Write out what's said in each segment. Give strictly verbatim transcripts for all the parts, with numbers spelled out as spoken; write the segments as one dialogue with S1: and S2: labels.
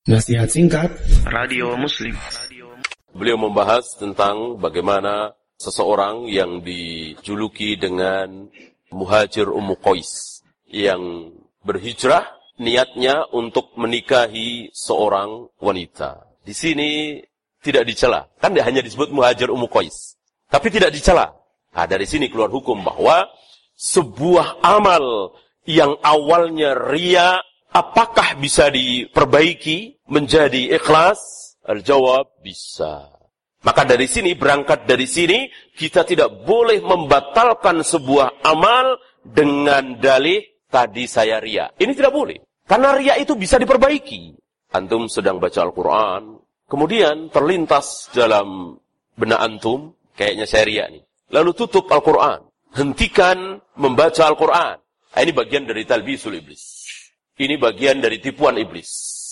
S1: Nasihat singkat
S2: Radio Muslim.
S3: Beliau membahas tentang bagaimana seseorang yang dijuluki dengan Muhajir Ummu Qais yang berhijrah niatnya untuk menikahi seorang wanita. Di sini tidak dicela, kan hanya disebut Muhajir Ummu Qais, tapi tidak dicela. Nah, dari sini keluar hukum bahwa sebuah amal yang awalnya riya, apakah bisa diperbaiki menjadi ikhlas? Al-jawab bisa. Maka dari sini, berangkat dari sini, kita tidak boleh membatalkan sebuah amal dengan dalih tadi saya riya. Ini tidak boleh. Karena riya itu bisa diperbaiki. Antum sedang baca Al-Quran, kemudian terlintas dalam benak antum, kayaknya saya riya nih. Lalu tutup Al-Quran. Hentikan membaca Al-Quran. Nah, ini bagian dari talbisul iblis. Ini bagian dari tipuan iblis.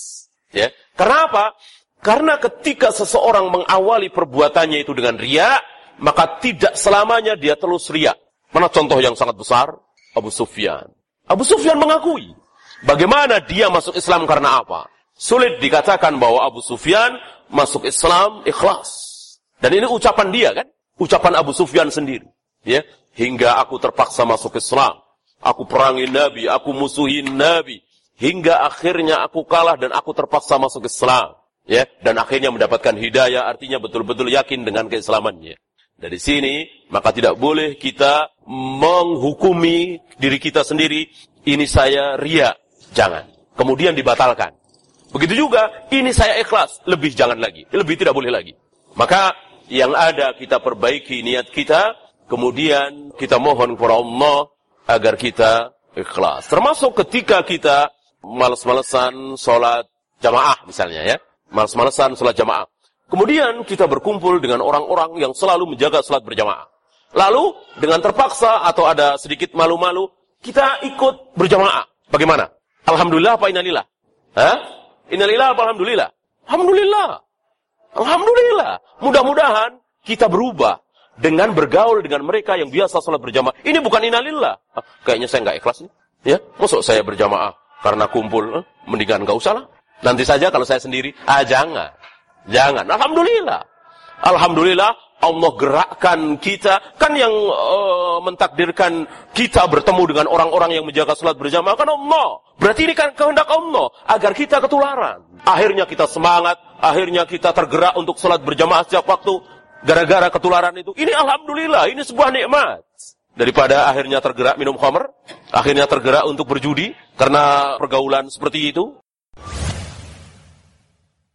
S3: Ya, karena apa? Karena ketika seseorang mengawali perbuatannya itu dengan riya, maka tidak selamanya dia terus riya. Mana contoh yang sangat besar? Abu Sufyan. Abu Sufyan mengakui. Bagaimana dia masuk Islam karena apa? Sulit dikatakan bahwa Abu Sufyan masuk Islam ikhlas. Dan ini ucapan dia kan? Ucapan Abu Sufyan sendiri. Ya, hingga aku terpaksa masuk Islam. Aku perangi Nabi, aku musuhin Nabi. Hingga akhirnya aku kalah dan aku terpaksa masuk Islam. Ya, dan akhirnya mendapatkan hidayah, artinya betul-betul yakin dengan keislamannya. Dari sini, maka tidak boleh kita menghukumi diri kita sendiri, ini saya riya, jangan. Kemudian dibatalkan. Begitu juga, ini saya ikhlas, lebih jangan lagi, lebih tidak boleh lagi. Maka yang ada kita perbaiki niat kita, kemudian kita mohon kepada Allah agar kita ikhlas. Termasuk ketika kita malas-malesan sholat jamaah misalnya ya. Malas-malesan sholat jamaah. Kemudian kita berkumpul dengan orang-orang yang selalu menjaga sholat berjamaah. Lalu dengan terpaksa atau ada sedikit malu-malu, kita ikut berjamaah. Bagaimana? Alhamdulillah apa innalillah? Hah? Innalillah apa alhamdulillah? Alhamdulillah. Alhamdulillah. Mudah-mudahan kita berubah dengan bergaul dengan mereka yang biasa sholat berjamaah. Ini bukan innalillah. Ah, kayaknya saya nggak ikhlas nih. Ya, masuk saya berjamaah karena kumpul, eh, mendingan nggak usah lah. Nanti saja kalau saya sendiri. Ah, jangan. Jangan. Alhamdulillah. Alhamdulillah Allah gerakkan kita. Kan yang uh, mentakdirkan kita bertemu dengan orang-orang yang menjaga salat berjamaah kan Allah. Berarti ini kan kehendak Allah. Agar kita ketularan. Akhirnya kita semangat. Akhirnya kita tergerak untuk salat berjamaah setiap waktu. Gara-gara ketularan itu. Ini Alhamdulillah. Ini sebuah nikmat. Daripada akhirnya tergerak minum khamr. Akhirnya tergerak untuk berjudi. Karena pergaulan seperti itu.